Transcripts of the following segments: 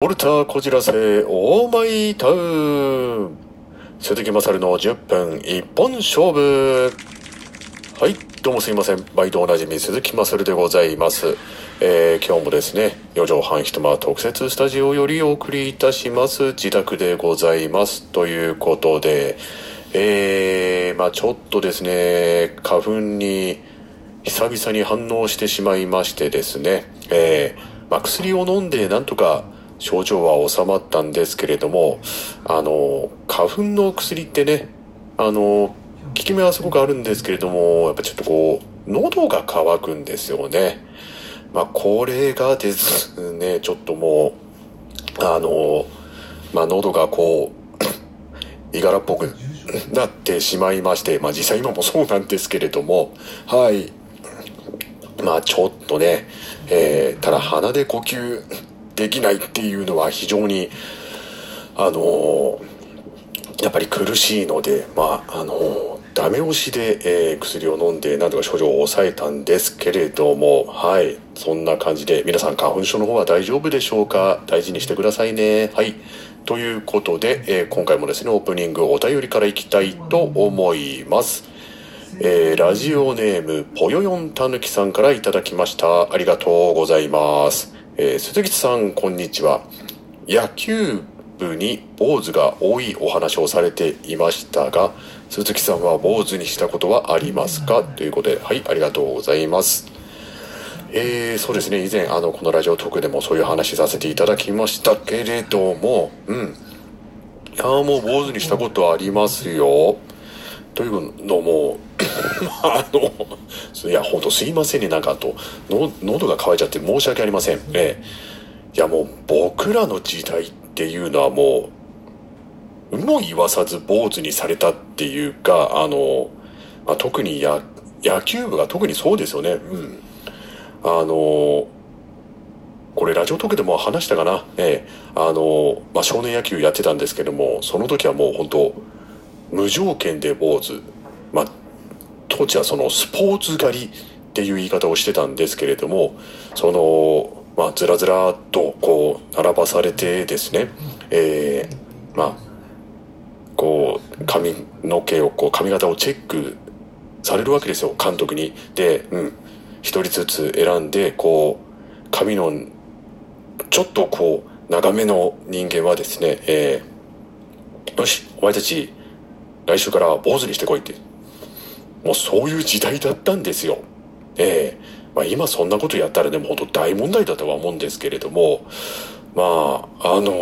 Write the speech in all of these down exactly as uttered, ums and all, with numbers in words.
ウォルターこじらせオーマイタウン、鈴木勝のじゅっぷん一本勝負。はい、どうもすいません、毎度おなじみ鈴木勝でございます。えー、今日もですね、四畳半一間特設スタジオよりお送りいたします。自宅でございますということで、えー、まあちょっとですね、花粉に久々に反応してしまいましてですね、えー、まあ薬を飲んでなんとか症状は収まったんですけれども、あの花粉の薬ってね、あの効き目はすごくあるんですけれども、やっぱちょっとこう喉が渇くんですよね。まあこれがですね、ちょっともうあのまあ喉がこういがらっぽくなってしまいまして、まあ実際今もそうなんですけれども、はい、まあちょっとね、えー、ただ鼻で呼吸できないっていうのは非常にあのー、やっぱり苦しいので、まああのー、ダメ押しで、えー、薬を飲んでなんとか症状を抑えたんですけれども、はい、そんな感じで皆さん花粉症の方は大丈夫でしょうか。大事にしてくださいね。はい、ということで、えー、今回もですねオープニングお便りからいきたいと思います。えー、ラジオネームぽよよんたぬきさんからいただきました。ありがとうございます。えー、鈴木さんこんにちは。野球部に坊主が多いお話をされていましたが、鈴木さんは坊主にしたことはありますか、ということで、はい、ありがとうございます。えー、そうですね、以前あのこのラジオトークでもそういう話させていただきましたけれども、うんいやもう坊主にしたことはありますよ。というのもあのいや本当すいませんね、なんかあとの喉が渇いちゃって申し訳ありません。えー、いやもう僕らの時代っていうのはもう有無を言わさず坊主にされたっていうか、あの、まあ、特にや野球部が特にそうですよね。うんあのこれラジオトークでも話したかな。えー、あの、まあ、少年野球やってたんですけども、その時はもう本当無条件で坊主、まあ当時はそのスポーツ狩りっていう言い方をしてたんですけれども、そのまあずらずらっとこう並ばされてですね、えー、まあこう髪の毛をこう髪型をチェックされるわけですよ、監督に。で、うん一人ずつ選んで、こう髪のちょっとこう長めの人間はですね、えー、よしお前たち来週から坊主にしてこいって、もうそういう時代だったんですよ。ええまあ今そんなことやったらでも本当大問題だとは思うんですけれども、まああの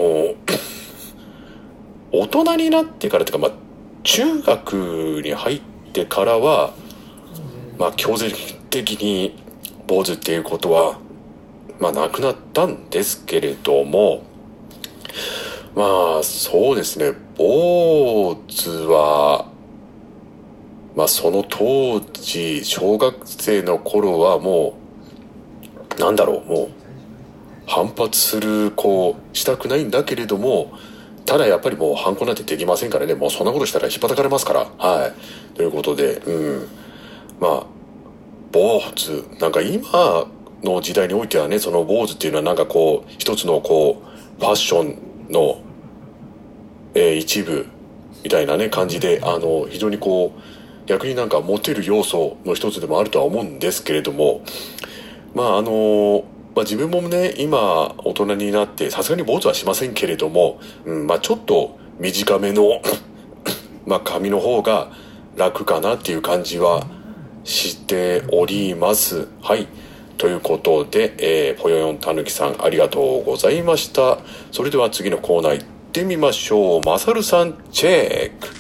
大人になってからというか、まあ中学に入ってからはまあ強制的に坊主っていうことはまあなくなったんですけれども、まあそうですね、坊主はまあその当時小学生の頃はもうなんだろう、もう反発するこうしたくないんだけれども、ただやっぱりもう反抗なんてできませんからね。もうそんなことしたら引っ叩かれますから。はいということで、うんまあ坊主なんか今の時代においてはね、その坊主っていうのはなんかこう一つのこうファッションの、えー、一部みたいなね感じで、あの非常にこう逆になんかモテる要素の一つでもあるとは思うんですけれども、まああのまあ、自分もね今大人になってさすがに坊主はしませんけれども、うん、まあちょっと短めのまあ髪の方が楽かなっていう感じはしております。はいということで、えー、ぽよよんたぬきさんありがとうございました。それでは次のコーナー行ってみましょう。まさるさんチェック。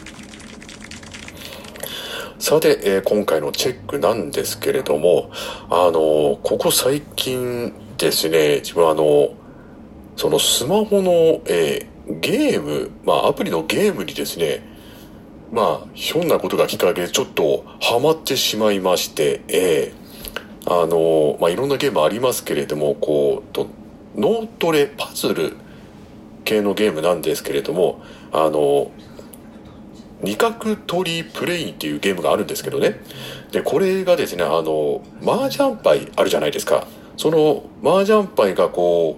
さて、えー、今回のチェックなんですけれども、あのー、ここ最近ですね、自分あのそのスマホの、えー、ゲーム、まあアプリのゲームにですね、まあひょんなことがきっかけでちょっとハマってしまいまして、えー、あのー、まあいろんなゲームありますけれども、こうと脳トレパズル系のゲームなんですけれども、あのー二角取りプレインっていうゲームがあるんですけどね。で、これがですね、あの、麻雀牌あるじゃないですか。その麻雀牌がこう、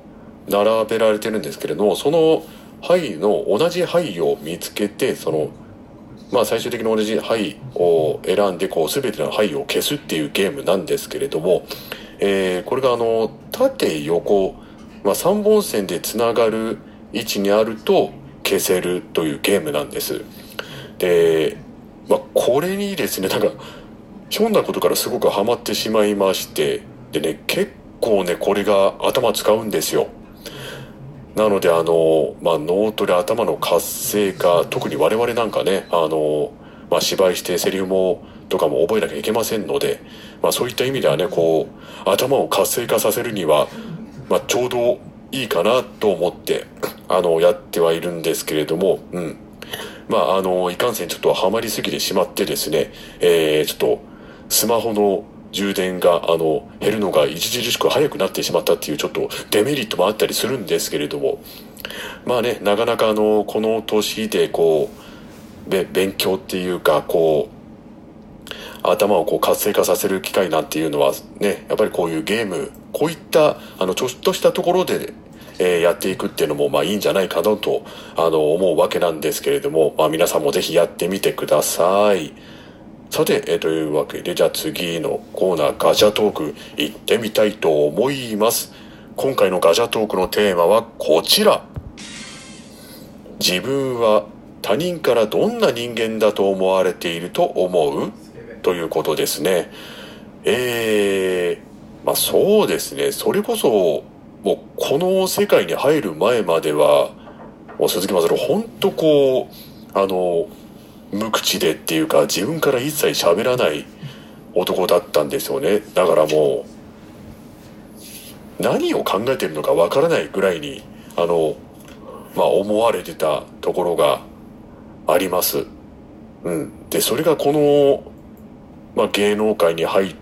並べられてるんですけれども、その牌の同じ牌を見つけて、そのまあ最終的に同じ牌を選んでこう全ての牌を消すっていうゲームなんですけれども、えー、これがあの縦横、まあ、さんぼん線でつながる位置にあると消せるというゲームなんです。で、まあ、これにですね、なんかひょんなことからすごくハマってしまいまして、でね、結構ねこれが頭使うんですよ。なのであの、まあ、ノートで頭の活性化、特に我々なんかね、あの、まあ、芝居してセリフもとかも覚えなきゃいけませんので、まあ、そういった意味ではね、こう頭を活性化させるには、まあ、ちょうどいいかなと思ってあのやってはいるんですけれども、うん、まああのいかんせんちょっとハマりすぎてしまってですね、えー、ちょっとスマホの充電があの減るのが著しく早くなってしまったっていうちょっとデメリットもあったりするんですけれども、まあね、なかなかあのこの年でこうべ勉強っていうかこう頭をこう活性化させる機会なんていうのはね、やっぱりこういうゲーム、こういったあのちょっとしたところで、えー、やっていくっていうのもまあいいんじゃないかなとあの思うわけなんですけれども、まあ皆さんもぜひやってみてください。さて、えー、というわけで、じゃあ次のコーナー、ガチャトーク行ってみたいと思います。今回のガチャトークのテーマはこちら。自分は他人からどんな人間だと思われていると思う？ということですね。えー、まあそうですね、それこそもうこの世界に入る前まではもう鈴木まさる本当こうあの無口でっていうか自分から一切喋らない男だったんですよね。だからもう何を考えてるのかわからないぐらいにあのまあ思われてたところがあります。うん。でそれがこの、まあ、芸能界に入って、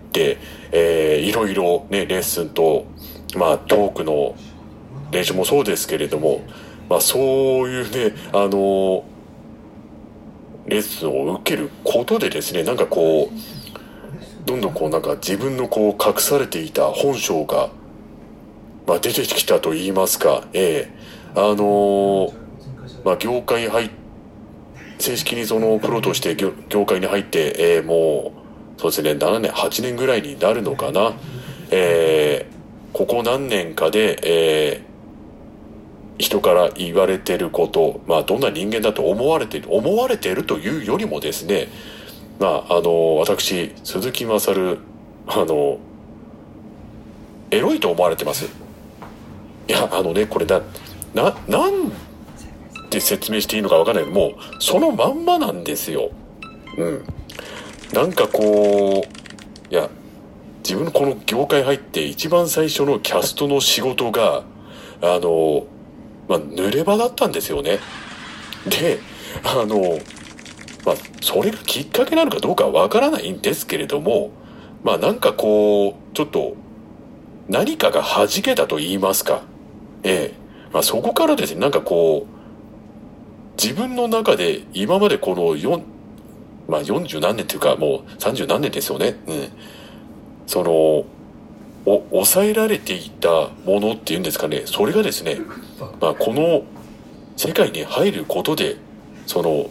えー、いろいろねレッスンとまあトークの練習もそうですけれども、まあそういうねあのレッスンを受けることでですね、なんかこうどんどんこうなんか自分のこう隠されていた本性が、まあ、出てきたと言いますか、ええあのー、まあ業界入っ正式にそのプロとして 業, 業界に入って、えー、もうそうですねななねんはちねんぐらいになるのかな、えー、ここ何年かで、えー人から言われてること、まあどんな人間だと思われている、思われているというよりもですね、まああの、私、鈴木まさる、あの、エロいと思われてます。いや、あのね、これだ、な、なんて説明していいのかわかんないけど、もう、そのまんまなんですよ。うん。なんかこう、いや、自分のこの業界入って一番最初のキャストの仕事が、あの、まあ、濡れ場だったんですよね。で、あの、まあ、それがきっかけなのかどうかはわからないんですけれども、まあ、なんかこう、ちょっと、何かが弾けたと言いますか。ええ。まあ、そこからですね、なんかこう、自分の中で今までこのよん、まあ、よんじゅう何年というか、もうさんじゅう何年ですよね。うん。その、お抑えられていたものっていうんですかね、それがですね、まあ、この世界に入ることでその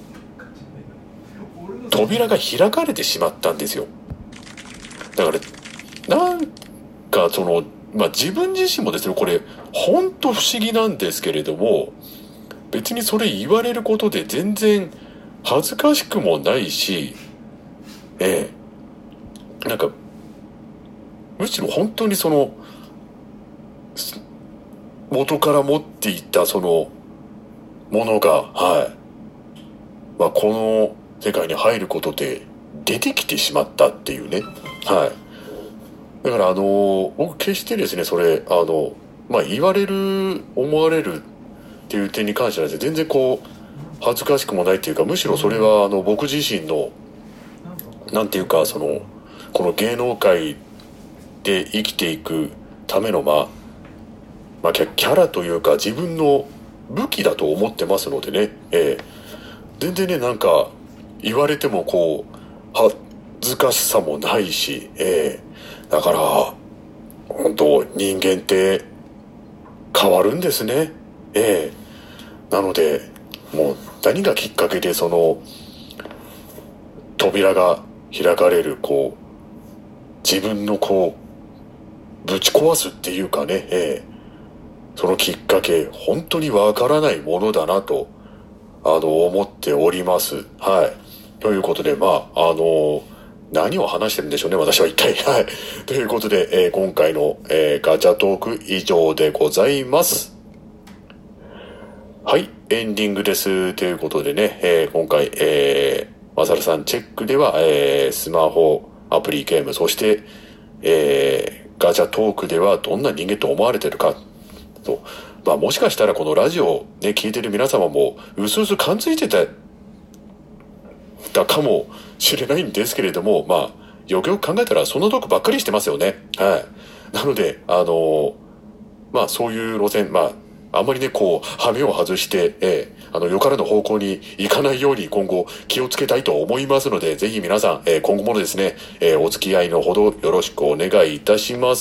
扉が開かれてしまったんですよ。だからなんかその、まあ、自分自身もですねこれ本当不思議なんですけれども、別にそれ言われることで全然恥ずかしくもないし、ええ、なんかむしろ本当にその元から持っていたそのものが、はい、まあ、この世界に入ることで出てきてしまったっていうね、はい。だからあの僕決してですねそれあのまあ言われる思われるっていう点に関しては全然こう恥ずかしくもないっていうか、むしろそれはあの僕自身のなんていうかそのこの芸能界で生きていくためのまあまあ、キャラというか自分の武器だと思ってますのでね、えー、全然ねなんか言われてもこう恥ずかしさもないし、えー、だから本当人間って変わるんですね。ええ。なので、もう何がきっかけでその、扉が開かれる、こう、自分のこう、ぶち壊すっていうかね、ええ。そのきっかけ、本当にわからないものだなと、あの、思っております。はい。ということで、まあ、あの、何を話してるんでしょうね、私は一体。はい。ということで、えー今回の、えーガチャトーク以上でございます。はい、エンディングです。ということでね、えー今回、えー、まさるさんチェックでは、えースマホ、アプリゲーム、そして、えーガチャトークではどんな人間と思われてるか、と。まあもしかしたらこのラジオをね、聞いてる皆様も、うすうす感づいてた、たかもしれないんですけれども、まあ、よくよく考えたらそんなとこばっかりしてますよね。はい。なので、あの、まあそういう路線、まあ、あんまりね、こう、羽目を外して、えーあの、よからぬ方向に行かないように今後気をつけたいと思いますので、ぜひ皆さん、えー今後もですね、えーお付き合いのほどよろしくお願いいたします。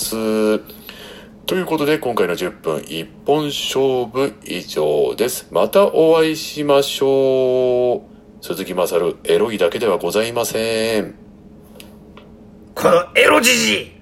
ということで、今回のじゅっぷん一本勝負以上です。またお会いしましょう。鈴木まさる、エロいだけではございません。 このエロじじい